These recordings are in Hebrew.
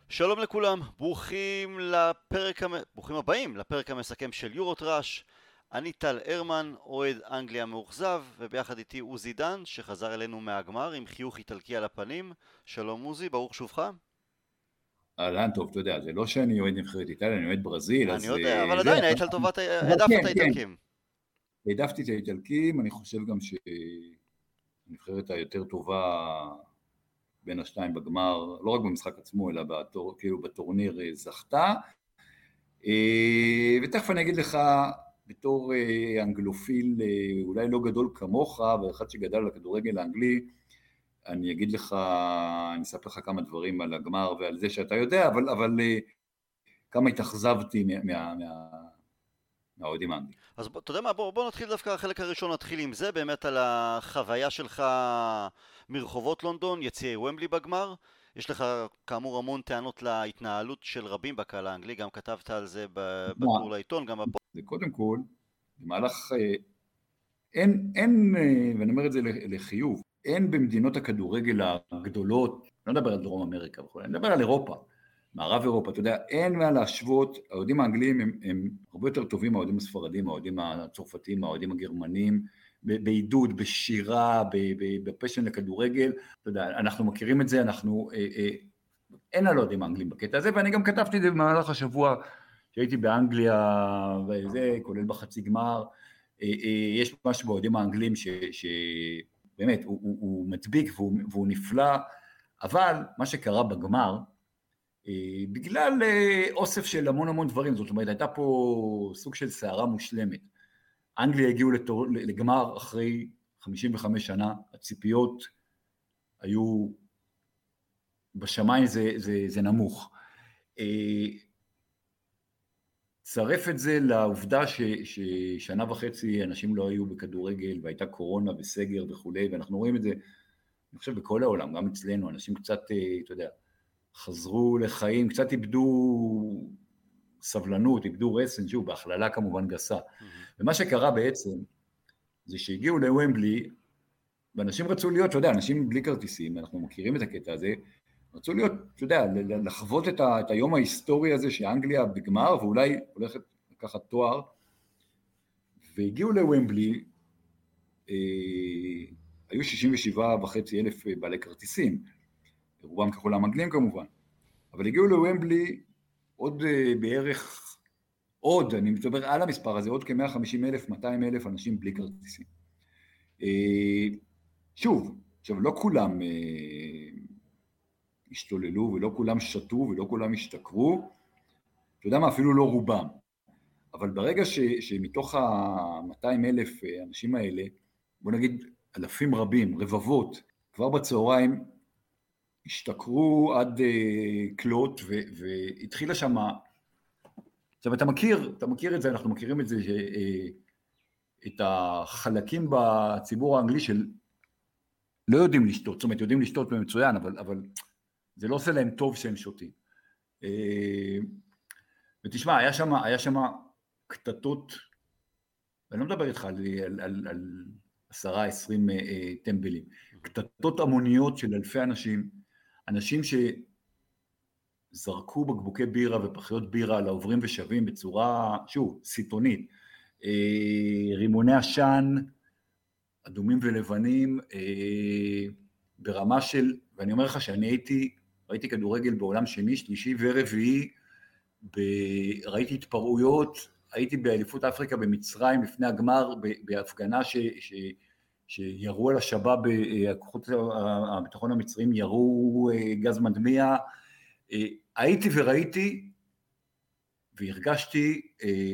שלום לכולם, ברוכים הבאים לפרק המסכם של יורוטראש. אני טל הרמן, אוהד אנגליה מאוכזב, וביחד איתי עוזי דן, שחזר אלינו מהגמר עם חיוך איטלקי על הפנים. שלום עוזי, ברוך שובך. אהלן, טוב, אתה יודע, זה לא שאני אוהד נבחרת איטליה, אני אוהד ברזיל, אני אז יודע, אבל זה, עדיין היית לטובת, אבל העדפת את כן, כן, האיטלקים. העדפתי את האיטלקים, אני חושב גם שהנבחרת היותר טובה בין השתיים בגמר, לא רק במשחק עצמו, אלא כאילו בטורניר זכתה, ותכף אני אגיד לך, בתור אנגלופיל, אולי לא גדול כמוך, ואחד שגדל על הכדורגל האנגלי, אני אגיד לך, אני אספר לך כמה דברים על הגמר ועל זה שאתה יודע, אבל כמה התאכזבתי מהאוהדים האנגלים. אז אתה יודע מה, בוא נתחיל דווקא החלק הראשון, נתחיל עם זה, באמת על החוויה שלך מרחובות לונדון, יציעי ומבלי בגמר. יש לך כאמור המון טענות להתנהלות של רבים בקהל האנגלי, גם כתבת על זה בטור לעיתון, גם בפוסט. זה קודם כל, במהלך, ואני אומר את זה לחיוב, אין במדינות הכדורגל הגדולות, לא מדבר על דרום אמריקה וכו', אני מדבר על אירופה, מערב אירופה, אתה יודע, אין מה להשוות, האוהדים האנגלים הם הרבה יותר טובים מהאוהדים הספרדים, האוהדים הצרפתים, האוהדים הגרמנים, בעידוד, בשירה, בפשן לכדורגל, אתה יודע, אנחנו מכירים את זה, אין על האוהדים האנגלים בקטע הזה, ואני גם כתבתי את זה במהלך השבוע, שהייתי באנגליה, וזה, כולל בחצי גמר, יש משהו באוהדים האנגלים שבאמת, הוא מדביק והוא נפלא, אבל מה שקרה בגמר, בגלל אוסף של המון דברים, זאת אומרת, הייתה פה סוג של סערה מושלמת. אנגליה הגיעו לגמר אחרי 55 שנה, הציפיות היו בשמיים, זה נמוך. צרף את זה לעובדה ששנה וחצי אנשים לא היו בכדורגל, והייתה קורונה וסגר וכולי, ואנחנו רואים את זה, אני חושב, בכל העולם, גם אצלנו, אנשים קצת, אתה יודע, חזרו לחיים, קצת איבדו סבלנות, איבדו רסן, שוב, בהכללה כמובן גסה. ומה שקרה בעצם, זה שהגיעו לוומבלי, ואנשים רצו להיות, אתה יודע, אנשים בלי כרטיסים, אנחנו מכירים את הקטע הזה, רצו להיות, אתה יודע, לחוות את היום ההיסטורי הזה שאנגליה בגמר, ואולי הולכת לקחת תואר, והגיעו לוומבלי, היו 67,500 בעלי כרטיסים, רובם ככולם אנגלים כמובן, אבל הגיעו לוומבלי עוד בערך, אני מדבר על המספר הזה, עוד כ-150,000, 200,000 אנשים בלי כרטיסים. שוב, עכשיו לא כולם השתוללו, ולא כולם שתו, ולא כולם השתכרו, אתה יודע מה, אפילו לא רובם. אבל ברגע שמתוך ה-200,000 אנשים האלה, בוא נגיד אלפים רבים, רבבות, כבר בצהריים, השתכרו עד כלות, והתחילה שמה, עכשיו אתה מכיר את זה, אנחנו מכירים את זה, את החלקים בציבור האנגלי של לא יודעים לשתות, זאת אומרת יודעים לשתות במצוין, אבל זה לא עושה להם טוב שהם שותים. ותשמע, היה שם קטטות, ואני לא מדבר איתך על 10-20 טמבלים, קטטות המוניות של אלפי אנשים שזרקו בקבוקי בירה ופחיות בירה על העוברים ושבים בצורה, שוב, סיטונית, רימוני עשן, אדומים ולבנים, ברמה של, ואני אומר לך שאני ראיתי כדורגל בעולם שני, שלישי ורביעי, ראיתי התפרעויות, הייתי באליפות אפריקה במצרים לפני הגמר, בהפגנה שירו על השב"ב, הכוחות הביטחון המצרים ירו גז מדמיע, הייתי וראיתי, והרגשתי,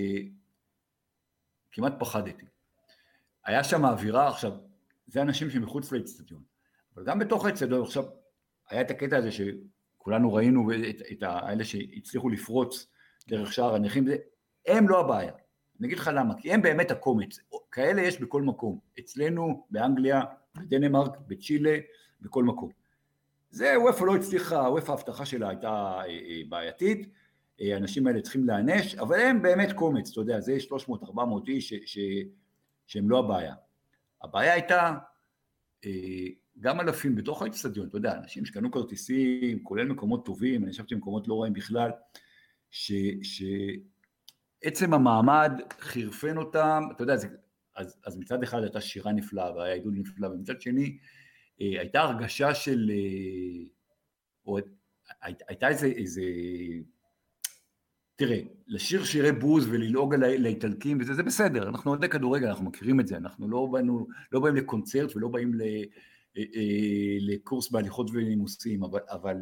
כמעט פחדתי. היה שם האווירה, עכשיו, זה אנשים שמחוץ לאצטדיון, אבל גם בתוך האצטדיון, עכשיו, היה את הקטע הזה שכולנו ראינו את האלה שהצליחו לפרוץ דרך שער הנכים, הם לא הבעיה. אני אגיד לך למה, כי הם באמת הקומץ, כאלה יש בכל מקום, אצלנו, באנגליה, בדנמרק, בצ'ילה, בכל מקום. זה וופא לא הצליחה, וופא ההבטחה שלה הייתה בעייתית, האנשים האלה צריכים להיענש, אבל הם באמת קומץ, אתה יודע, זה 300-400 איש שהם לא הבעיה. הבעיה הייתה, גם אלפים בתוך האצטדיון, אתה יודע, אנשים שקנו כרטיסים, כולל מקומות טובים, אני ישבתי במקומות לא רעים בכלל, שעצם המעמד חירפן אותם, אתה יודע, אז מצד אחד הייתה שירה נפלאה, והיה עידוד נפלא, ומצד שני, הייתה הרגשה של, או הייתה איזה, תראה, לשיר שירי בוז וללעוג לאיטלקים, וזה זה בסדר, אנחנו אוהדי כדורגל, אנחנו מכירים את זה, אנחנו לא באים לקונצרט ולא באים לקורס בהליכות ונימוסים, אבל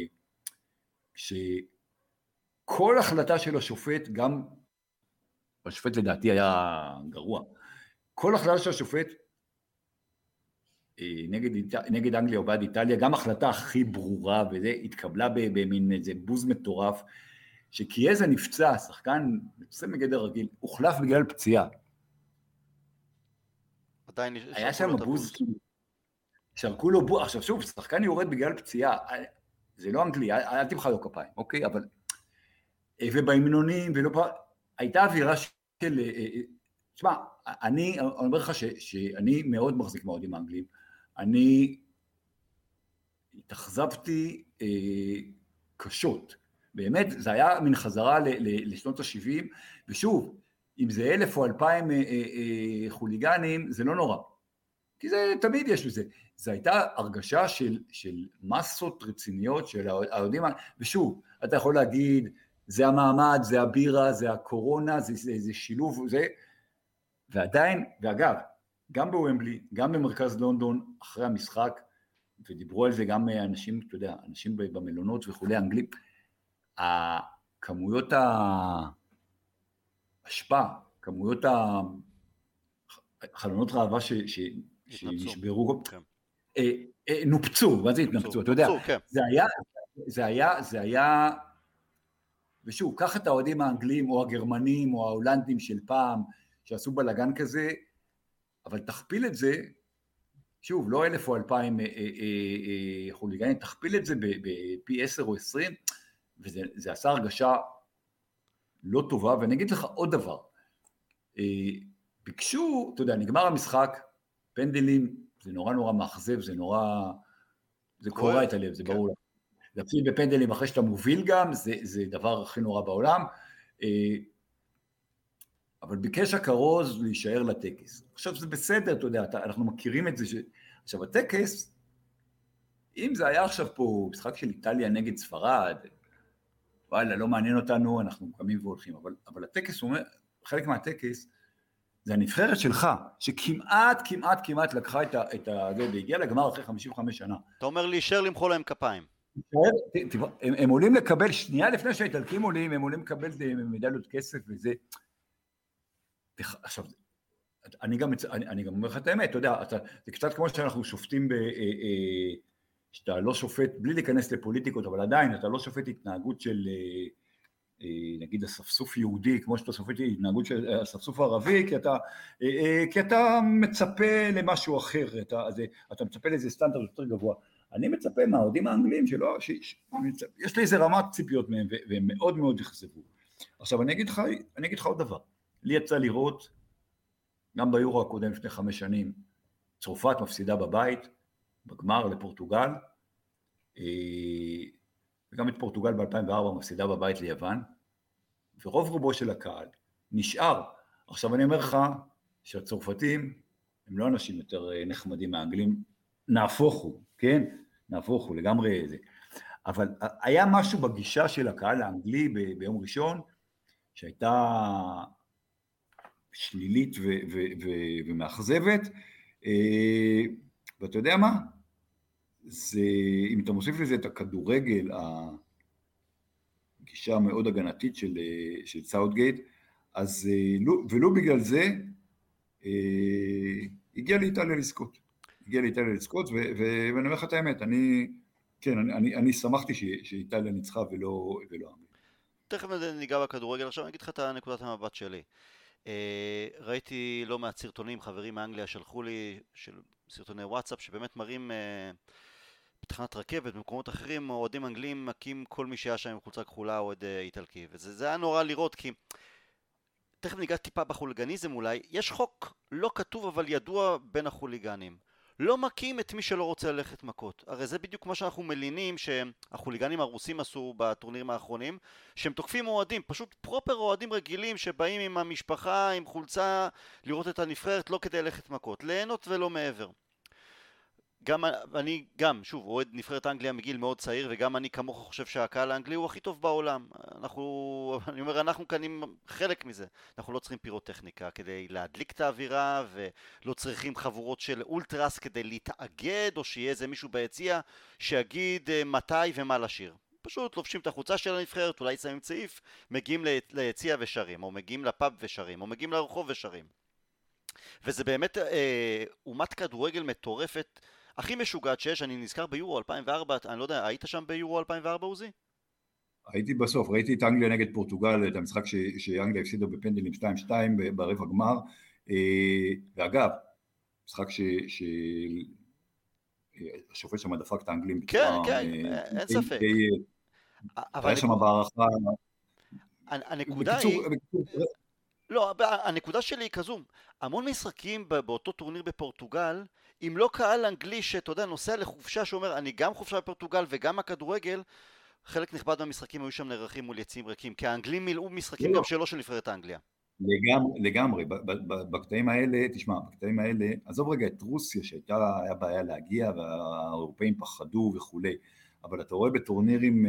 שכל החלטה של השופט, גם השופט לדעתי היה גרוע, כל החלטה של השופט נגד אנגליה או בעד איטליה, גם החלטה הכי ברורה, וזה התקבלה במין איזה בוז מטורף, שקיאזה נפצע, שחקן נפצע מגדר רגיל, הוחלף בגלל פציעה. עדיין היה שם בוז, שרקו לו בוז, עכשיו שוב, שחקן יורד בגלל פציעה, זה לא אנגלי, אל תמחא לו כפיים, אוקיי? אבל, ובהמנונים, הייתה אווירה של, תשמע, אני אומר לך שאני מאוד מחזיק מהאוהדים האנגלים, אני התאכזבתי קשות, באמת, זה היה מן חזרה לשנות ה-70, ושוב, אם זה 1,000 או 2,000 חוליגנים, זה לא נורא, כי זה תמיד יש בזה, זה הייתה הרגשה של מסות רציניות של האוהדים, ושוב, אתה יכול להגיד, זה המעמד, זה הבירה, זה הקורונה, זה שילוב, זה, ועדיין, ואגב, גם בוומבלי, גם במרכז לונדון, אחרי המשחק, ודיברו על זה גם אנשים, אתה יודע, אנשים במלונות וכולי, אנגלים, כמויות ההשפעה, כמויות החלונות ראווה שנשברו, נופצו, מה זה התנפצו, אתה יודע, זה היה, ושוב, קח את האוהדים האנגלים או הגרמנים או ההולנדים של פעם, שעשו בלגן כזה, אבל תכפיל את זה, שוב, לא 1,000 או 2,000 חוליגנים, תכפיל את זה בפי 10 או 20, וזה עשה הרגשה לא טובה, ואני אגיד לך עוד דבר, ביקשו, אתה יודע, נגמר המשחק, פנדלים, זה נורא מאכזב, זה קורע את הלב, זה ברור לך. להפסיד בפנדלים אחרי שאתה מוביל גם, זה דבר הכי נורא בעולם, אבל ביקש הכרוז להישאר לטקס. עכשיו זה בסדר, אתה יודע, אנחנו מכירים את זה, עכשיו הטקס, אם זה היה עכשיו פה משחק של איטליה נגד ספרד, וואלה, לא מעניין אותנו, אנחנו קמים והולכים, אבל הטקס, הוא אומר, חלק מהטקס, זה הנבחרת שלך, שכמעט לקחה את זה, והגיעה לגמר אחרי 55 שנה. אתה אומר להישאר למחוא להם כפיים. הם עולים לקבל, שנייה לפני שהאיטלקים עולים, הם עולים לקבל מדליות כסף וזה. עכשיו, אני גם אומר לך את האמת, אתה יודע, זה קצת כמו שאנחנו שופטים, שאתה לא שופט, בלי להיכנס לפוליטיקות, אבל עדיין אתה לא שופט התנהגות של, נגיד, הספסוף יהודי, כמו שאתה שופט התנהגות של הספסוף הערבי, כי אתה מצפה למשהו אחר, אתה מצפה לאיזה סטנדרט יותר גבוה. אני מצפה מהאוהדים האנגלים שלא, יש לי איזה רמת ציפיות מהם, והם מאוד מאוד יחזבו. עכשיו, אני אגיד לך עוד דבר. לי יצא לראות, גם ביורו הקודם לפני 5 שנים, צרפת מפסידה בבית, בגמר לפורטוגל, וגם את פורטוגל ב-2004 מפסידה בבית ליוון, ורוב רובו של הקהל נשאר. עכשיו אני אומר לך שהצרפתים הם לא אנשים יותר נחמדים מהאנגלים, נהפוכו, כן? נהפוכו לגמרי זה. אבל היה משהו בגישה של הקהל האנגלי ביום ראשון, שהייתה שלילית ומאכזבת, ואתה יודע מה? זה, אם אתה מוסיף לזה את הכדורגל, הגישה המאוד הגנתית של סאוטגייט, אז ולא בגלל זה, הגיע לאיטליה לזכות, ואני אומר לך את האמת, אני שמחתי שאיטליה ניצחה ולא אנגליה. תכף ניגע בכדורגל, עכשיו אני אגיד לך את נקודת המבט שלי. ראיתי לא מעט סרטונים, חברים מאנגליה שלחו לי, של סרטוני וואטסאפ, שבאמת מראים בתחנת רכבת, במקומות אחרים, אוהדים אנגלים מכים כל מי שהיה שם עם חולצה כחולה או אוהד איטלקי, וזה היה נורא לראות, כי תכף ניגע טיפה בחוליגניזם אולי, יש חוק לא כתוב אבל ידוע בין החוליגנים. לא מכים את מי שלא רוצה ללכת מכות. הרי זה בדיוק מה שאנחנו מלינים שהחוליגנים הרוסים עשו בטורנירים האחרונים, שהם תוקפים אוהדים, פשוט פרופר אוהדים רגילים שבאים עם המשפחה, עם חולצה, לראות את הנבחרת, לא כדי ללכת מכות, ליהנות ולא מעבר. גם אני, גם, שוב, אוהד נבחרת אנגליה מגיל מאוד צעיר, וגם אני כמוך חושב שהקהל האנגלי הוא הכי טוב בעולם. אני אומר, אנחנו כאן עם חלק מזה. אנחנו לא צריכים פירוטכניקה כדי להדליק את האווירה, ולא צריכים חבורות של אולטרס כדי להתאגד, או שיהיה איזה מישהו ביציע שיגיד מתי ומה לשיר. פשוט לובשים את החוצה של הנבחרת, אולי שמים צעיף, מגיעים ליציע ושרים, או מגיעים לפאב ושרים, או מגיעים לרחוב ושרים. וזה באמת אומת כדורגל מטורפת, הכי משוגעת שיש. אני נזכר ביורו 2004, אני לא יודע, היית שם ביורו 2004 עוזי? הייתי בסוף, ראיתי את אנגליה נגד פורטוגל, את המשחק שאנגליה הפסידה בפנדלים 2-2 ברבע גמר, ואגב, משחק השופט שם דפק את האנגלים כן, כן, אין ספק. היה שם בהערכה. הנקודה היא... לא, הנקודה שלי היא כזו, המון משחקים באותו טורניר בפורטוגל, אם לא קהל אנגלי שאתה יודע, נוסע לחופשה שאומר, אני גם חופשה בפורטוגל וגם הכדורגל, חלק נכבד מהמשחקים היו שם נערכים מול יציאים ריקים, כי האנגלים מילאו משחקים גם שלא של נבחרת אנגליה. לגמרי, בקטעים האלה, תשמע, בקטעים האלה, עזוב רגע את רוסיה שהייתה בעיה להגיע, והאירופאים פחדו וכולי, אבל אתה רואה בטורנירים,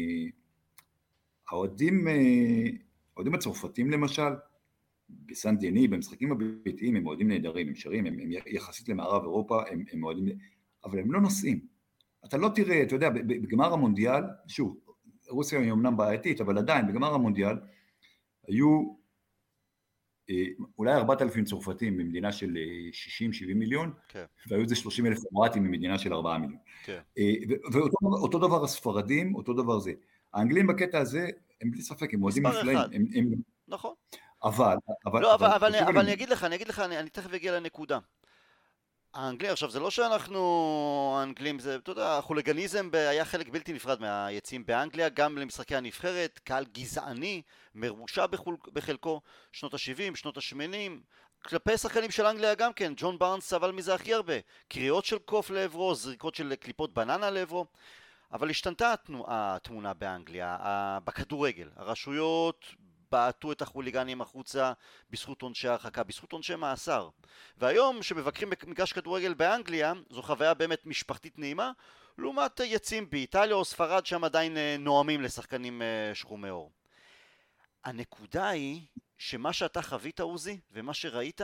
האוהדים הצרפתים למשל, בסן דני, במשחקים הביתיים, הם אוהדים נהדרים, הם שרים, הם יחסית למערב אירופה, הם אוהדים, אבל הם לא נוסעים. אתה לא תראה, אתה יודע, בגמר המונדיאל, שוב, רוסיה היא אמנם בעייתית, אבל עדיין, בגמר המונדיאל, היו אולי 4,000 צרפתים במדינה של 60-70 מיליון, והיו זה 30,000 קרואטים במדינה של 4 מיליון. ואותו דבר הספרדים, אותו דבר זה. האנגלים בקטע הזה, הם בלי ספק, הם אוהדים נפלאים. נכון. אבל אני אגיד לך, אני תכף אגיע לנקודה. האנגלים, עכשיו זה לא שאנחנו האנגלים, זה, אתה יודע, החוליגניזם היה חלק בלתי נפרד מהיציאים באנגליה, גם למשחקי הנבחרת, קהל גזעני, מרושע בחלקו, שנות ה-70, שנות ה-80, כלפי שחקנים של אנגליה גם כן, ג'ון בארנס סבל מזה הכי הרבה, קריאות של קוף לעברו, זריקות של קליפות בננה לעברו, אבל השתנתה התמונה באנגליה, בכדורגל, הרשויות בעטו את החוליגנים החוצה בזכות עונשי הרחקה, בזכות עונשי מאסר. והיום שמבקרים במגרש כדורגל באנגליה, זו חוויה באמת משפחתית נעימה, לעומת יציאים באיטליה או ספרד שם עדיין נועמים לשחקנים שחומי עור. הנקודה היא שמה שאתה חווית עוזי ומה שראית,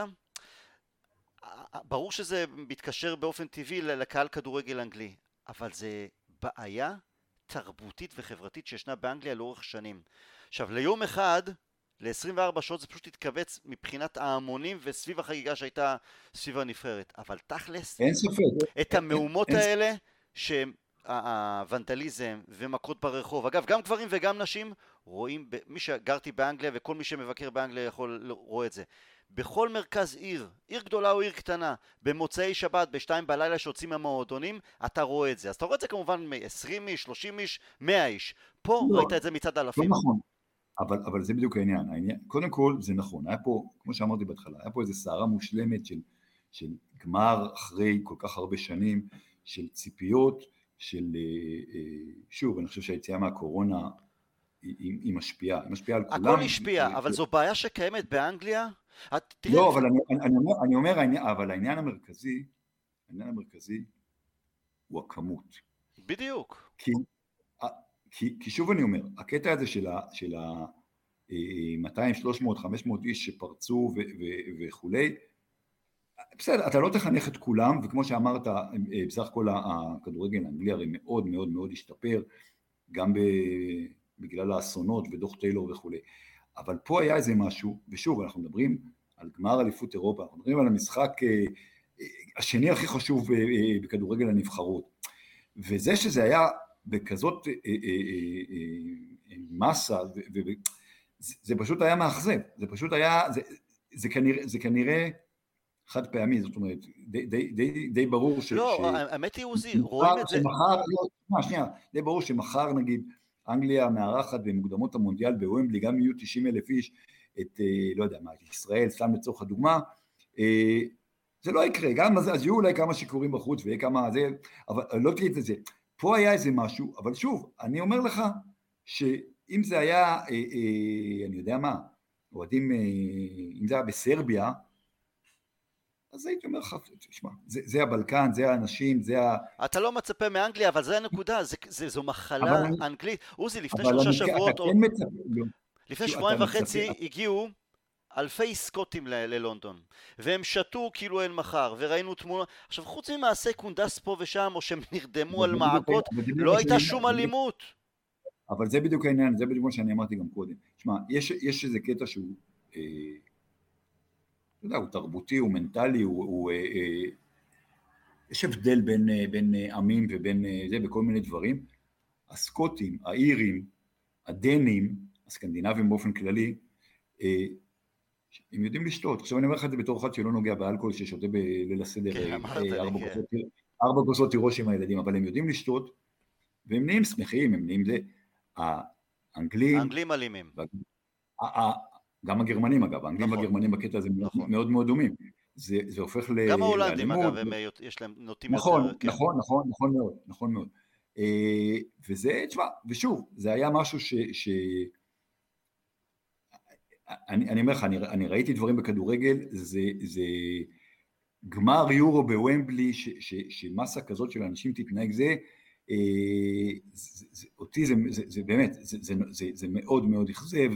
ברור שזה מתקשר באופן טבעי לקהל כדורגל אנגלי, אבל זה בעיה תרבותית וחברתית שישנה באנגליה לאורך שנים. עכשיו, ליום אחד, ל-24 שעות זה פשוט התכווץ מבחינת ההמונים וסביב החגיגה שהייתה סביב הנבחרת. אבל תכלס, אין ספק. את המהומות האלה, שהוונדליזם ומכות ברחוב, אגב, גם גברים וגם נשים, רואים, מי שגרתי באנגליה וכל מי שמבקר באנגליה רואה את זה. בכל מרכז עיר גדולה או עיר קטנה, במוצאי שבת, בשתיים בלילה שיוצאים מהמועדונים, אתה רואה את זה. אז אתה רואה את זה כמובן מ-20 איש, 30 איש, 100 איש. פה ראית את זה מצד אלפים. לא נכון, אבל זה בדיוק העניין. קודם כל זה נכון, היה פה, כמו שאמרתי בהתחלה, היה פה איזו סערה מושלמת של גמר אחרי כל כך הרבה שנים, של ציפיות, שוב, אני חושב שהיציאה מהקורונה היא משפיעה, היא משפיעה על כולם. הכל השפיע, אבל זו בעיה שקיימת באנגליה. לא, אבל אני אומר, אבל העניין המרכזי הוא הכמות. בדיוק. כי שוב אני אומר, הקטע הזה של ה-200, 300, 500 איש שפרצו וכולי, בסדר, אתה לא תחנך את כולם, וכמו שאמרת, בסך הכל הכדורגל האנגלי הרי מאוד מאוד מאוד השתפר, גם בגלל האסונות ודוח טיילור וכולי. אבל פה היה איזה משהו, ושוב, אנחנו מדברים על גמר אליפות אירופה, אנחנו מדברים על המשחק השני הכי חשוב בכדורגל הנבחרות, וזה שזה היה בכזאת מסה, זה פשוט היה מאכזב, זה פשוט היה, זה כנראה חד פעמי, זאת אומרת, די ברור לא, האמת היא עוזי, רואים את זה. די ברור שמחר נגיד, אנגליה מארחת במוקדמות המונדיאל בוומבלי, גם יהיו 90,000 איש, את, לא יודע מה, ישראל, סתם לצורך הדוגמה, זה לא יקרה, גם אז יהיו אולי כמה שיכורים בחוץ ויהיה כמה זה, אבל לא תהיה את זה. פה היה איזה משהו, אבל שוב, אני אומר לך שאם זה היה, אני יודע מה, אוהדים, אם זה היה בסרביה, אז הייתי אומר לך, תשמע, זה הבלקן, זה האנשים, זה ה... אתה לא מצפה מאנגליה, אבל זה הנקודה, זו מחלה אנגלית. עוזי, לפני 3 שבועות, לפני 1.5 הגיעו אלפי סקוטים ללונדון, והם שתו כאילו אין מחר, וראינו תמונה. עכשיו, חוץ ממעשי קונדס פה ושם, או שהם נרדמו על מעקות, לא הייתה שום אלימות. אבל זה בדיוק העניין, זה בדיוק מה שאני אמרתי גם קודם. תשמע, יש איזה קטע שהוא, אתה יודע, הוא תרבותי, הוא מנטלי, יש הבדל בין עמים ובין זה, בכל מיני דברים. הסקוטים, האירים, הדנים, הסקנדינבים באופן כללי, הם יודעים לשתות. עכשיו אני אומר לך את זה בתור אחד שלא נוגע באלכוהול, ששותה בליל הסדר 4 כוסות תירוש עם הילדים, אבל הם יודעים לשתות, והם נהיים שמחים, הם נהיים זה. האנגלים אלימים. גם הגרמנים אגב, האנגלים והגרמנים בקטע הזה מאוד מאוד דומים. זה הופך לאלימות. גם ההולנדים אגב, יש להם נוטים יותר. נכון מאוד. וזה, תשמע, ושוב, זה היה משהו אני אומר לך, אני ראיתי דברים בכדורגל, זה גמר יורו בוומבלי, שמסה כזאת של אנשים תתנהג זה, אותי זה באמת, זה מאוד מאוד אכזב,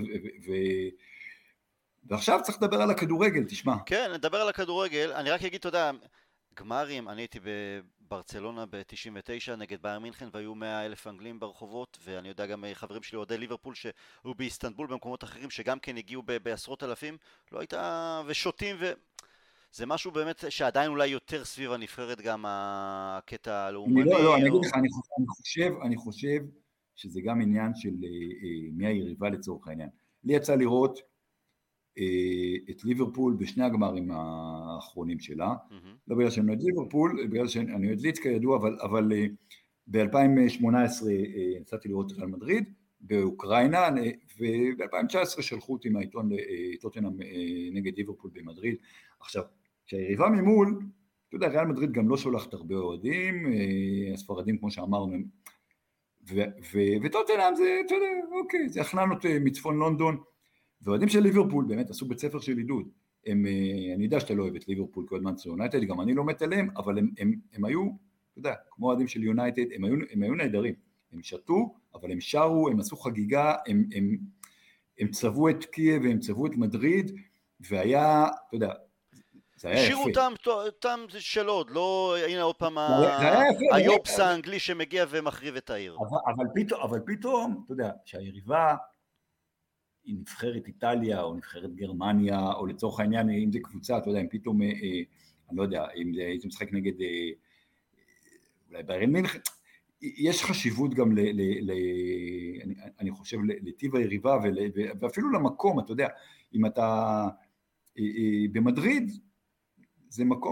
ועכשיו צריך לדבר על הכדורגל, תשמע. כן, נדבר על הכדורגל, אני רק אגיד תודה, גמרים, אני הייתי בברצלונה ב-99 נגד בייר מינכן, והיו 100,000 אנגלים ברחובות, ואני יודע גם חברים שלי אוהדי ליברפול שהיו באיסטנבול במקומות אחרים, שגם כן הגיעו בעשרות אלפים, לא הייתה, ושותים, זה משהו באמת שעדיין אולי יותר סביב הנבחרת גם הקטע הלאומני. לא, אני אגיד לך, אני חושב שזה גם עניין של מי היריבה לצורך העניין. לי יצא לראות את ליברפול בשני הגמרים האחרונים שלה, לא בגלל שאני אוהד ליברפול, בגלל שאני אוהד ליץ כידוע, אבל ב-2018 נסעתי לראות את ריאל מדריד באוקראינה, וב-2019 שלחו אותי מהעיתון לטוטנהאם נגד ליברפול במדריד. עכשיו, כשהיריבה ממול, אתה יודע, ריאל מדריד גם לא שולחת הרבה אוהדים, הספרדים כמו שאמרנו, וטוטנהאם זה, אתה יודע, אוקיי, זה החננות מצפון לונדון, ואוהדים של ליברפול באמת עשו בית ספר של עידוד. אני יודע שאתה לא אוהב את ליברפול כאוהד מנצ'סטר יונייטד, גם אני לא מת עליהם, אבל הם היו, אתה יודע, כמו אוהדים של יונייטד, הם היו נהדרים. הם שתו, אבל הם שרו, הם עשו חגיגה, הם צבו את קייב והם צבו את מדריד, והיה, אתה יודע, זה היה יפה. שירו אותם של עוד, לא, הנה עוד פעם היובס האנגלי שמגיע ומחריב את העיר. אבל פתאום, אתה יודע, שהיריבה היא נבחרת איטליה או נבחרת גרמניה, או לצורך העניין, אם זה קבוצה, אתה יודע, אם פתאום, אני לא יודע, אם זה הייתי משחק נגד, אולי ביירן מינכן, יש חשיבות גם, אני חושב, לטיב היריבה, ואפילו למקום, אתה יודע, אם אתה במדריד, זה מקום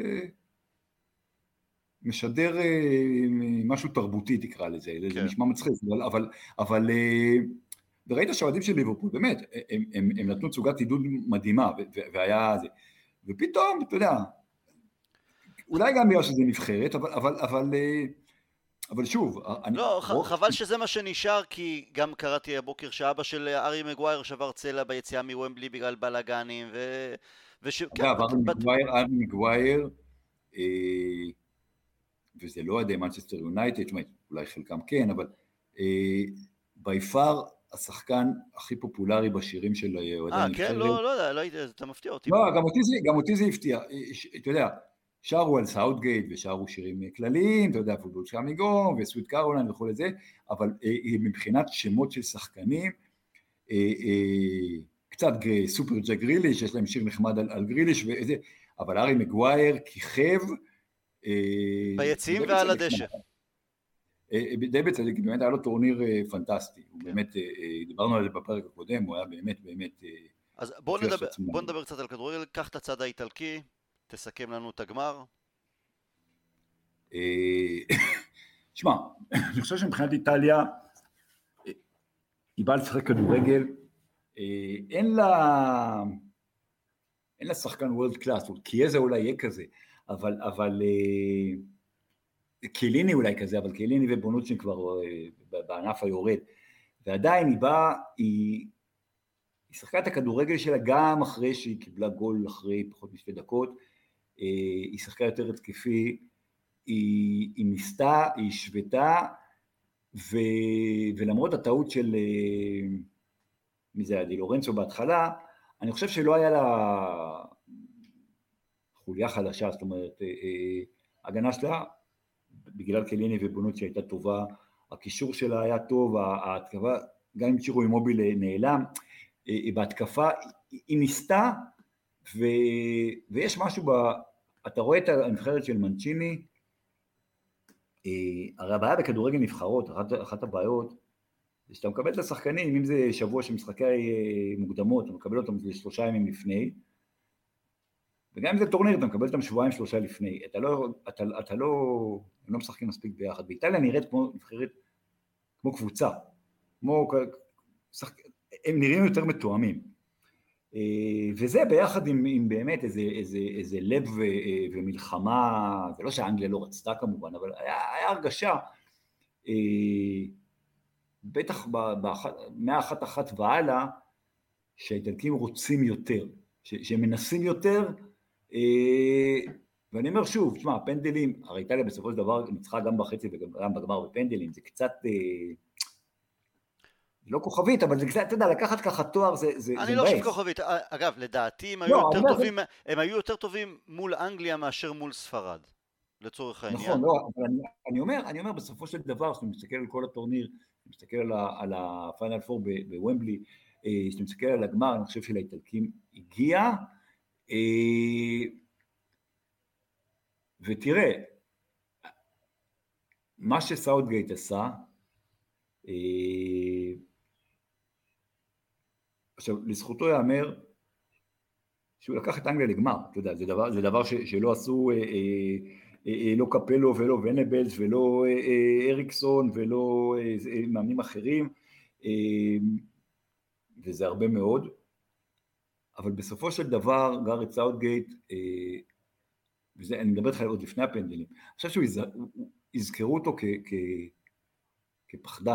שמשדר משהו תרבותי, תקרא לזה, זה נשמע מצחיק, אבל וראית שהאוהדים של ליברפול, באמת, הם נתנו תצוגת עידוד מדהימה, והיה זה, ופתאום, אתה יודע, אולי גם בגלל שזה נבחרת, אבל שוב, לא, חבל שזה מה שנשאר, כי גם קראתי הבוקר שאבא של ארי מגווייר שבר צלע ביציאה מוומבלי בגלל בלאגנים, ארי מגווייר, וזה לא עדי מנצ'סטר יונייטד, אולי חלקם כן, אבל ביפר השחקן הכי פופולרי בשירים של אוהדי הנבחרת. כן? לא יודע, אתה מפתיע אותי. לא, גם אותי זה הפתיע, אתה יודע, שרו על סאוטגייט ושרו שירים כלליים, אתה יודע, פוטבול של אמיגו וסוויט קרוליין וכל זה, אבל מבחינת שמות של שחקנים, קצת סופר ג'ק גריליש, יש להם שיר נחמד על גריליש וזה, אבל ארי מגווייר כיכב ביציעים ועל הדשא. די בצדק, באמת היה לו טורניר פנטסטי, הוא באמת, דיברנו על זה בפרק הקודם, הוא היה באמת, אז בוא נדבר קצת על כדורגל, קח את הצד האיטלקי, תסכם לנו את הגמר. שמע, אני חושב שמבחינת איטליה, היא באה לשחק כדורגל, אין אין לה שחקן וולד קלאס, כי איזה אולי יהיה כזה, אבל קיליני אולי כזה, אבל קיליני ובונוצ'ין כבר בענף היורד, ועדיין היא באה, היא שחקה את הכדורגל שלה גם אחרי שהיא קיבלה גול אחרי פחות משתי דקות, היא שחקה יותר התקפי, היא ניסתה, היא השוותה, ולמרות הטעות של מי זה היה, די לורנצו בהתחלה, אני חושב שלא היה לה חוליה חלשה, זאת אומרת, הגנה שלה, בגלל קליני ובונוצ'י הייתה טובה, הקישור שלה היה טוב, ההתקפה, גם אם צ'ירו אימוביל נעלם, בהתקפה היא ניסתה, ויש משהו, אתה רואה את הנבחרת של מנצ'יני, הרי הבעיה בכדורגל נבחרות, אחת הבעיות, זה שאתה מקבל את השחקנים, אם זה שבוע של משחקי מוקדמות, אתה מקבל אותם 3 ימים לפני, וגם אם זה טורניר, אתה מקבל אותם 2-3 שבועות לפני, הם לא משחקים מספיק ביחד, באיטליה נראית כמו נבחרת, כמו קבוצה, הם נראים יותר מתואמים, וזה ביחד עם באמת איזה לב ומלחמה, זה לא שאנגליה לא רצתה כמובן, אבל היה הרגשה, בטח מהאחת והלאה, שהאיטלקים רוצים יותר, שהם מנסים יותר, ואני אומר שוב, תשמע, הפנדלים, הרי איטליה בסופו של דבר ניצחה גם בחצי וגם בגמר בפנדלים, זה קצת, לא כוכבית, אבל זה קצת, אתה יודע, לקחת ככה תואר, זה מבאס. אני לא חושב כוכבית, אגב, לדעתי הם היו יותר טובים מול אנגליה מאשר מול ספרד, לצורך העניין. נכון, לא, אבל אני אומר בסופו של דבר, כשאתה מסתכל על כל הטורניר, כשאתה מסתכל על הפיינל פור בוומבלי, כשאתה מסתכל על הגמר, אני חושב שלאיטלקים הגיע, ותראה, מה שסאוטגייט עשה, עכשיו, לזכותו יאמר שהוא לקח את אנגליה לגמר, אתה יודע, זה דבר שלא עשו, לא קפלו ולא ונבלס ולא אריקסון ולא מאמנים אחרים, וזה הרבה מאוד, אבל בסופו של דבר גארט סאוטגייט, אני מדבר איתך עוד לפני הפנדלים, אני חושב שיזכרו אותו כפחדן,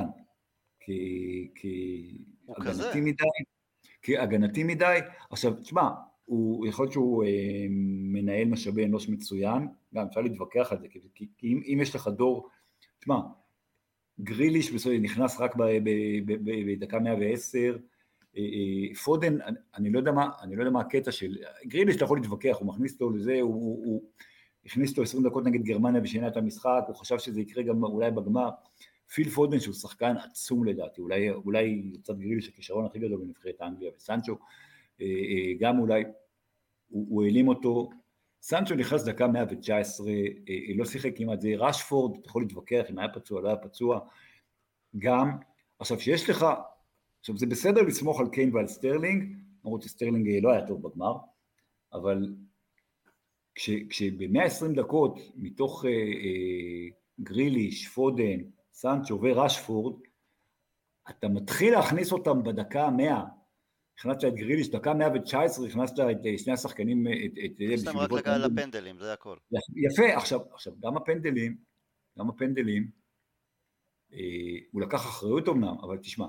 כהגנתי מדי, עכשיו תשמע, יכול להיות שהוא מנהל משאבי אנוש מצוין, גם אפשר להתווכח על זה, כי אם יש לך דור, תשמע, גריליש נכנס רק בדקה 110, פודן, אני לא יודע מה הקטע של, גריליש אתה יכול להתווכח, הוא מכניס אותו לזה, הוא הכניס אותו 20 דקות נגד גרמניה ושינה את המשחק, הוא חשב שזה יקרה גם אולי בגמר, פיל פודן שהוא שחקן עצום לדעתי, אולי קצת גריליש הכישרון הכי גדול בנבחרת אנגליה, וסנצ'ו גם אולי, הוא העלים אותו, סנצ'ו נכנס דקה 119, לא שיחק כמעט, זה רשפורד, אתה יכול להתווכח אם היה פצוע, לא היה פצוע, גם, עכשיו שיש לך, עכשיו זה בסדר לסמוך על קיין ועל סטרלינג, למרות שסטרלינג לא היה טוב בגמר, אבל כשב-120 דקות מתוך גריליש, פודן, סנצ'ו ורשפורד, אתה מתחיל להכניס אותם בדקה 100, הכנסת את גריליש, דקה 119, הכנסת את שני השחקנים, סתם רק לגע לפנדלים, זה הכל. יפה, עכשיו, גם הפנדלים, הוא לקח אחריות אמנם, אבל תשמע,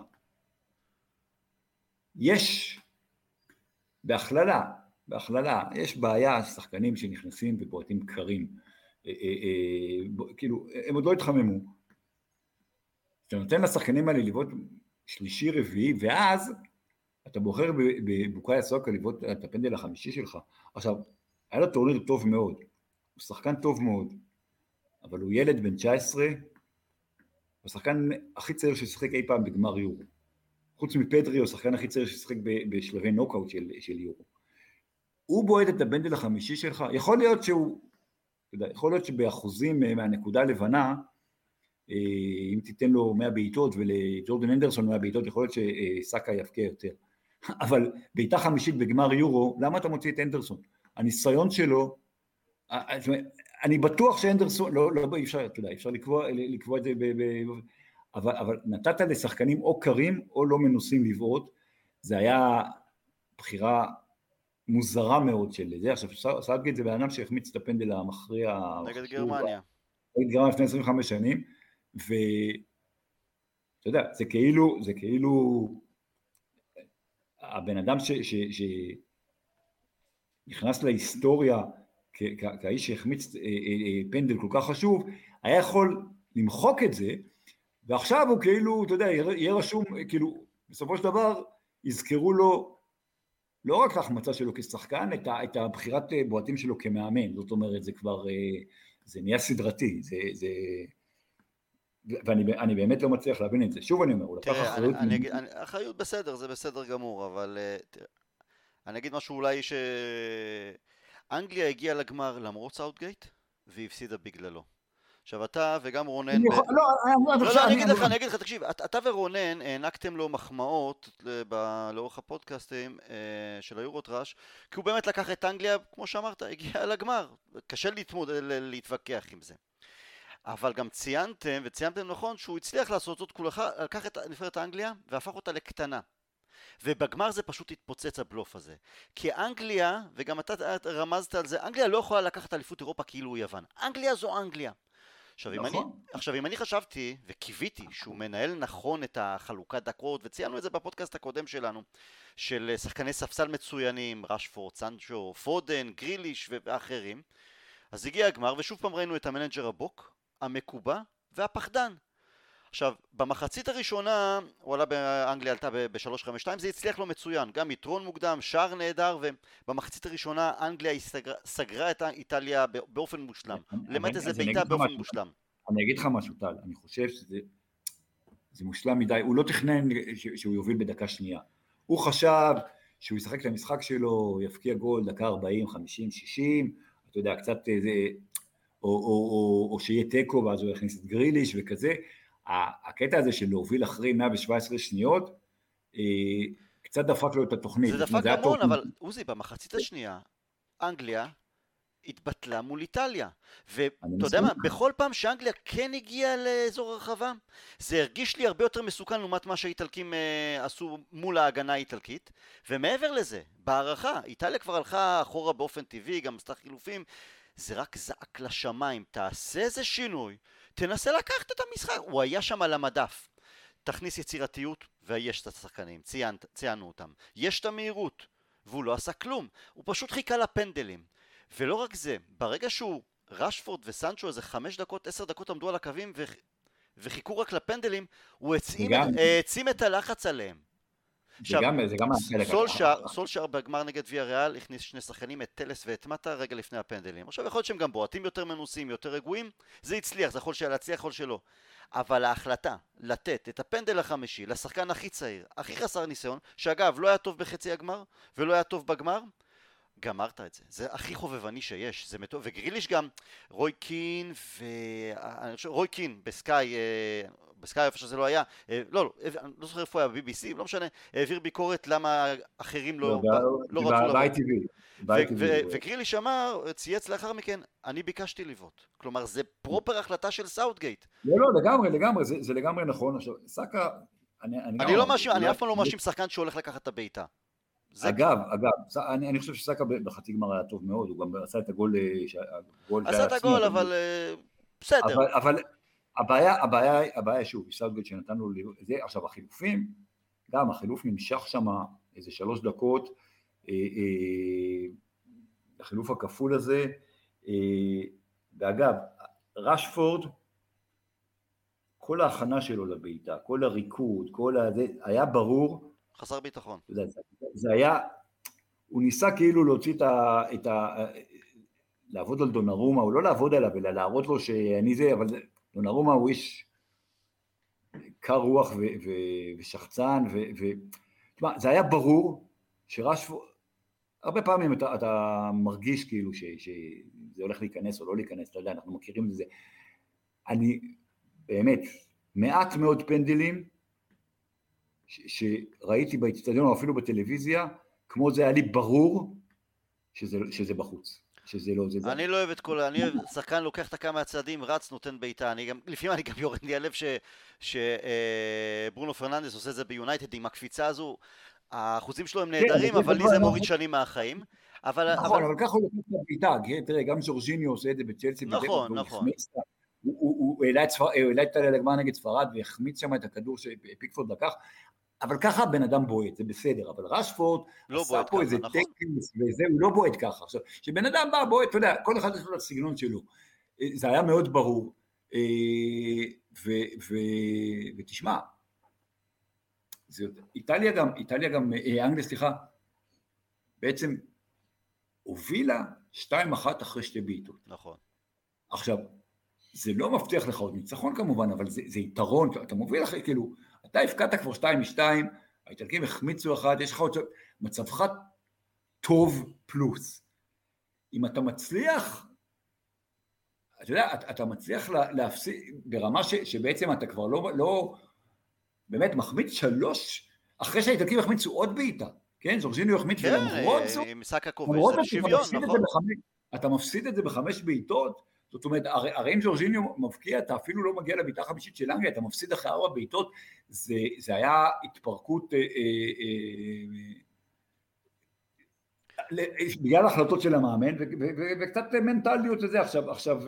יש, בהכללה, יש בעיה, שחקנים שנכנסים ובועטים קרים, כאילו, הם עוד לא התחממו, אתה נותן לשחקנים האלה לבעוט שלישי רביעי, ואז אתה בוחר בבוקאיו סאקה לבעוט את הפנדל החמישי שלך. עכשיו, היה לו טורניר טוב מאוד, הוא שחקן טוב מאוד, אבל הוא ילד בן 19, הוא השחקן הכי צעיר ששחק אי פעם בגמר יורו. חוץ מפדרי, הוא השחקן הכי צעיר ששחק בשלבי נוקאוט של יורו. הוא בועט את הפנדל החמישי שלך, יכול להיות שבאחוזים מהנקודה הלבנה, אם תיתן לו 100 בעיטות ולג'ורדן אנדרסון 100 בעיטות, יכול להיות שסאקה יפקע יותר. אבל בעיטה חמישית בגמר יורו, למה אתה מוציא את אנדרסון? הניסיון שלו, אני בטוח שאנדרסון, לא, אפשר, אתה יודע, אפשר לקבוע את זה, אבל נתת לשחקנים או קרים או לא מנוסים לבעוט, זה היה בחירה מוזרה מאוד של זה. עכשיו, סאוטגייט זה בן אדם שהחמיץ את הפנדל המכריע. נגד גרמניה. נגד גרמניה לפני 25 שנים, ואתה יודע, זה כאילו, הבן אדם שנכנס להיסטוריה כאיש שהחמיץ פנדל כל כך חשוב, היה יכול למחוק את זה, ועכשיו הוא כאילו, אתה יודע, יהיה רשום, כאילו, בסופו של דבר, יזכרו לו, לא רק להחמצה שלו כשחקן, את הבחירת בועטים שלו כמאמן, זאת אומרת, זה כבר, זה נהיה סדרתי, ואני באמת לא מצליח להבין את זה. שוב אני אומר, הוא לקח אחריות. אחריות בסדר, זה בסדר גמור, אבל אני אגיד משהו אולי אנגליה הגיעה לגמר למרות סאוטגייט, והפסידה בגללו. עכשיו אתה וגם רונן... לא, אני אגיד לך, תקשיב, אתה ורונן הענקתם לו מחמאות לאורך הפודקאסטים של היורוטראש, כי הוא באמת לקח את אנגליה, כמו שאמרת, הגיע לגמר. קשה להתווכח עם זה. אבל גם ציינתם, וציינתם נכון, שהוא הצליח לעשות זאת, הוא לקח את נבחרת אנגליה והפך אותה לקטנה. ובגמר זה פשוט התפוצץ הבלוף הזה. כי אנגליה, וגם אתה רמזת על זה, אנגליה לא יכולה לקחת אליפות אירופה כאילו הוא יוון. אנגליה זו אנגליה. עכשיו אם אני חשבתי וקיוויתי שהוא מנהל נכון את החלוקת דקות, וציינו את זה בפודקאסט הקודם שלנו, של שחקני ספסל מצוינים, רשפורד, סנצ'ו, פודן, גריליש ואחרים, אז הגיע הגמר ושוב פעם ראינו את המנג'ר הבוק, המקובע והפחדן. עכשיו, במחצית הראשונה, וואלה באנגליה עלתה ב-3-5-2, זה הצליח לו מצוין, גם יתרון מוקדם, שער נהדר, ובמחצית הראשונה אנגליה סגרה את איטליה באופן מושלם, למעט איזה ביתה באופן מושלם. אני אגיד לך משהו טל, אני חושב שזה מושלם מדי, הוא לא תכנן שהוא יוביל בדקה שנייה, הוא חשב שהוא ישחק את המשחק שלו, יפקיע גול דקה 40, 50, 60, אתה יודע, קצת איזה, או שיהיה טקו ואז הוא יכניס את גריליש וכזה, הקטע הזה של להוביל אחרי 117 שניות, קצת דפק לו את התוכנית. זה דפק המון, אבל עוזי, במחצית השנייה, אנגליה התבטלה מול איטליה. ואתה יודע מה, בכל פעם שאנגליה כן הגיעה לאזור הרחבה, זה הרגיש לי הרבה יותר מסוכן לעומת מה שהאיטלקים עשו מול ההגנה האיטלקית. ומעבר לזה, בהערכה, איטליה כבר הלכה אחורה באופן טבעי, גם עשתה חילופים, זה רק זעק לשמיים, תעשה איזה שינוי, תנסה לקחת את המשחק, הוא היה שם על המדף, תכניס יצירתיות ויש את השחקנים, ציינו אותם, יש את המהירות, והוא לא עשה כלום, הוא פשוט חיכה לפנדלים, ולא רק זה, ברגע שהוא, רשפורד וסנצ'ו איזה 5 דקות, 10 דקות עמדו על הקווים וחיכו רק לפנדלים, הוא העצים את הלחץ עליהם. עכשיו, סולשר בגמר נגד ויה ריאל הכניס 2 שחקנים, את טלס ואת מטה, רגע לפני הפנדלים. עכשיו יכול להיות שהם גם בועטים יותר מנוסים, יותר רגועים, זה הצליח, זה יכול להצליח, יכול שלא. אבל ההחלטה לתת את הפנדל החמישי לשחקן הכי צעיר, הכי חסר ניסיון, שאגב לא היה טוב בחצי הגמר ולא היה טוב בגמר, גמרת את זה, זה הכי חובבני שיש, זה מטוב, וגריליש גם, רוי קין רוי קין בסקאי איפה שזה לא היה, לא זוכר איפה היה ב-BBC, לא משנה, העביר ביקורת למה אחרים לא רצו לבוא. וגריליש אמר, צייץ לאחר מכן, אני ביקשתי לבעוט, כלומר זה פרופר החלטה של סאוטגייט. לא, לגמרי, זה לגמרי נכון. עכשיו, סאקה, אני אף פעם לא מאשים שחקן שהולך לקחת את הבעיטה. אגב, אני חושב שסאקה בחצי גמר היה טוב מאוד, הוא גם עשה את הגול. עשה את הגול, אבל בסדר. אבל הבעיה שוב, סאוטגייט שנתנו לזה, עכשיו החילופים, גם החילוף נמשך שם איזה 3 דקות, החילוף הכפול הזה, ואגב, רשפורד, כל ההכנה שלו לבעיטה, כל הריקוד, היה ברור, חסר ביטחון. זה היה, הוא ניסה כאילו להוציא לעבוד על דונרומה, או לא לעבוד עליו, אלא להראות לו שאני זה, אבל דונרומה הוא איש קר רוח ושחצן, זה היה ברור שרשפורד, הרבה פעמים אתה מרגיש כאילו שזה הולך להיכנס או לא להיכנס, אתה יודע, אנחנו מכירים את זה. אני באמת, מעט מאוד פנדלים שראיתי באצטדיון או אפילו בטלוויזיה, כמו זה היה לי ברור שזה בחוץ. אני לא אוהב את כל, אני אוהב, שחקן לוקח את כמה הצעדים, רץ, נותן בעיטה, לפעמים אני גם יורד לי הלב שברונו פרננדס עושה את זה ביונייטד עם הקפיצה הזו, האחוזים שלו הם כן, נהדרים, זה אבל לי דבר זה נכון. מוריד שנים מהחיים. נכון, אבל ככה הוא לקח את הבעיטה, תראה, גם ז'ורג'יניו עושה את זה בצ'לסי, נכון, והוא נכון. החמיץ, הוא העלה את איטליה לגמר נגד ספרד, והחמיץ שם את הכדור שפיקפורד לקח, אבל ככה הבן אדם בועט, זה בסדר, אבל רשפורד לא עשה בועט פה ככה, איזה נכון. טקס, וזה, הוא לא בועט ככה. עכשיו, שבן אדם בא בועט, אתה יודע, כל אחד יש לו את הסגנון שלו. זה היה מאוד ברור, ותשמע, איטליה גם, אנגליה, סליחה, בעצם הובילה 2-1 אחרי שתי בעיטות. נכון. עכשיו, זה לא מבטיח לך עוד ניצחון כמובן, אבל זה יתרון, אתה מוביל אחרי, כאילו, אתה הפקעת כבר 2-2, האיטלקים החמיצו אחד, יש לך עוד מצבך טוב פלוס. אם אתה מצליח, אתה יודע, אתה מצליח להפסיד, ברמה שבעצם אתה כבר לא באמת מחמיץ 3, אחרי שהאיטלקים החמיצו עוד בעיטה, כן? ז'ורג'יניו החמיץ, ולמרות זאת, עם סאקה כובש, זה בשוויון, נכון? אתה מפסיד את זה ב5 בעיטות, זאת אומרת, הרי אם ז'ורג'יניו מבקיע, אתה אפילו לא מגיע לבעיטה החמישית של אנגליה, אתה מפסיד אחרי 4 בעיטות, זה היה התפרקות בגלל ההחלטות של המאמן, וקצת מנטליות לזה. עכשיו,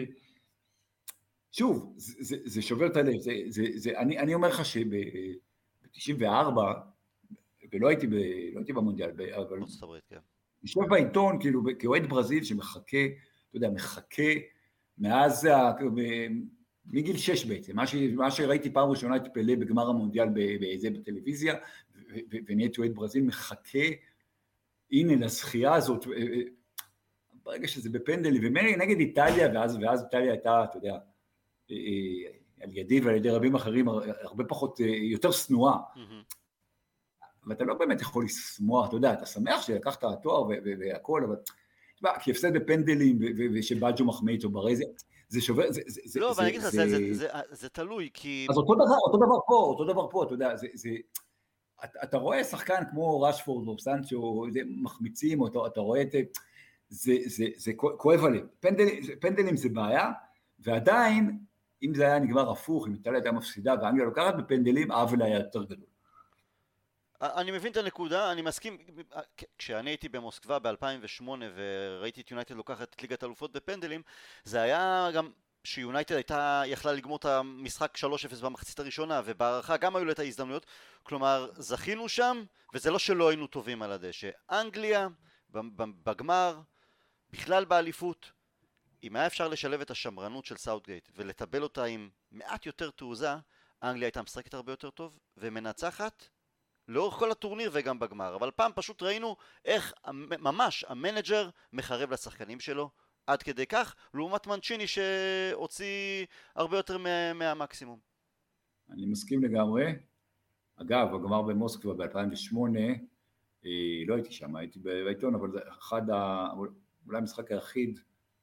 שוב, זה שובר את הלב, אני אומר לך שב-94, ולא הייתי במונדיאל, אבל נשב בעיתון, כאילו, כאוהד ברזיל שמחכה, אתה יודע, מחכה מאז, מגיל 6 בעצם, מה שראיתי פעם ראשונה את פלה בגמר המונדיאל בטלוויזיה, ונהייתי אוהד ברזיל, מחכה, הנה, לזכייה הזאת, ברגע שזה בפנדלים, ונגד איטליה, ואז איטליה הייתה, אתה יודע, על ידי ועל ידי רבים אחרים, הרבה פחות, יותר סנועה, ואתה לא באמת יכול לשמוח, אתה יודע, אתה שמח שלקחת התואר והכל, אבל, כי הפסד בפנדלים, ושבאג'ו מחמיץ או ברזי, זה שובר, לא, אבל אני אגיד לך, זה תלוי, כי... אז אותו דבר פה, אתה יודע, אתה רואה שחקן כמו רשפורד או סנצ'ו, מחמיצים, או אתה רואה את זה כואב עליהם. פנדלים זה בעיה, ועדיין, אם זה היה נגמר הפוך, אם איטליה הייתה מפסידה, ואנגליה לוקחת בפנדלים, העוול היה יותר גדול. אני מבין את הנקודה, אני מסכים, כשאני הייתי במוסקבה ב-2008 וראיתי את יונייטד לוקחת את ליגת אלופות בפנדלים, זה היה גם שיונייטד יכלה לגמור את המשחק 3-0 במחצית הראשונה, ובהערכה גם היו לה את ההזדמנויות, כלומר זכינו שם, וזה לא שלא היינו טובים על הדשא. אנגליה בגמר, בכלל באליפות, אם היה אפשר לשלב את השמרנות של סאוטגייט ולטבל אותה עם מעט יותר תעוזה, אנגליה הייתה משחקת הרבה יותר טוב ומנצחת לאורך כל הטורניר וגם בגמר. אבל פעם פשוט ראינו איך ממש המנג'ר מחרב לשחקנים שלו עד כדי כך, לעומת מנצ'יני שהוציא הרבה יותר מהמקסימום. אני מסכים לגמרי. אגב, הגמר במוסקבה ב-2008, לא הייתי שם, הייתי בעיתון, אבל זה אולי המשחק היחיד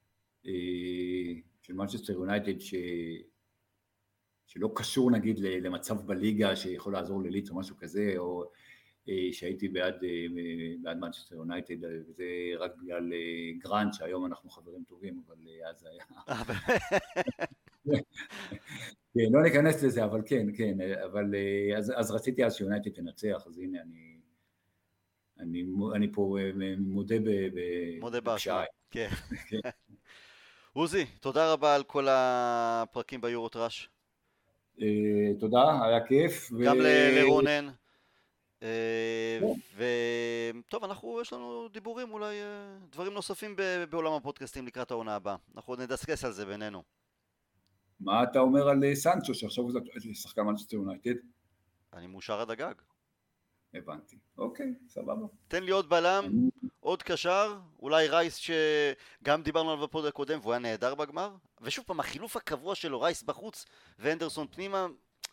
של מנצ'סטר יונייטד שלא קשור נגיד למצב בליגה שיכול לעזור לליץ או משהו כזה, או שהייתי בעד מנצ'סטר יונייטד, וזה רק בגלל גרנט, שהיום אנחנו חברים טובים, אבל אז זה היה... כן, לא ניכנס לזה, אבל כן, אבל אז רציתי אז שיונייטד תנצח, אז הנה אני פה מודה באשמה, כן. עוזי, תודה רבה על כל הפרקים ביורוטראש. תודה, היה כיף. גם לרונן. וטוב, יש לנו דיבורים, אולי דברים נוספים בעולם הפודקאסטים לקראת העונה הבאה. אנחנו נדסקס על זה בינינו. מה אתה אומר על סנצ'ו, שעכשיו הוא שחקן מנצ'סטר יונייטד? אני מאושר עד הגג. הבנתי, אוקיי, סבבה. תן לי עוד בלם, עוד קשר, אולי רייס שגם דיברנו עליו בפוד הקודם והוא היה נהדר בגמר, ושוב פעם החילוף הקבוע שלו, רייס בחוץ ואנדרסון פנימה.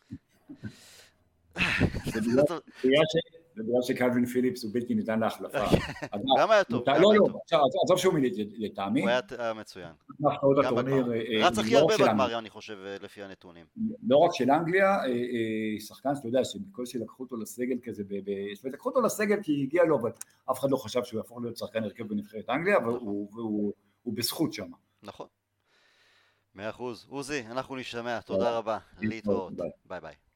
זה בגלל שקלווין פיליפס הוא בלתי ניתן להחלפה. גם היה טוב. לא, עזוב שהוא לטעמי. הוא היה מצוין. גם בגמר. רץ הכי הרבה בגמר, אני חושב, לפי הנתונים. לא רק של אנגליה, שחקן שאתה יודע, שבכל שלקחו אותו לסגל כזה, לקחו אותו לסגל כי הגיע לו, אבל אף אחד לא חשב שהוא יהפוך להיות שחקן הרכב בנבחרת אנגליה, והוא בזכות שם. נכון. 100%. עוזי, אנחנו נשתמע. תודה רבה. להתראות. ביי ביי.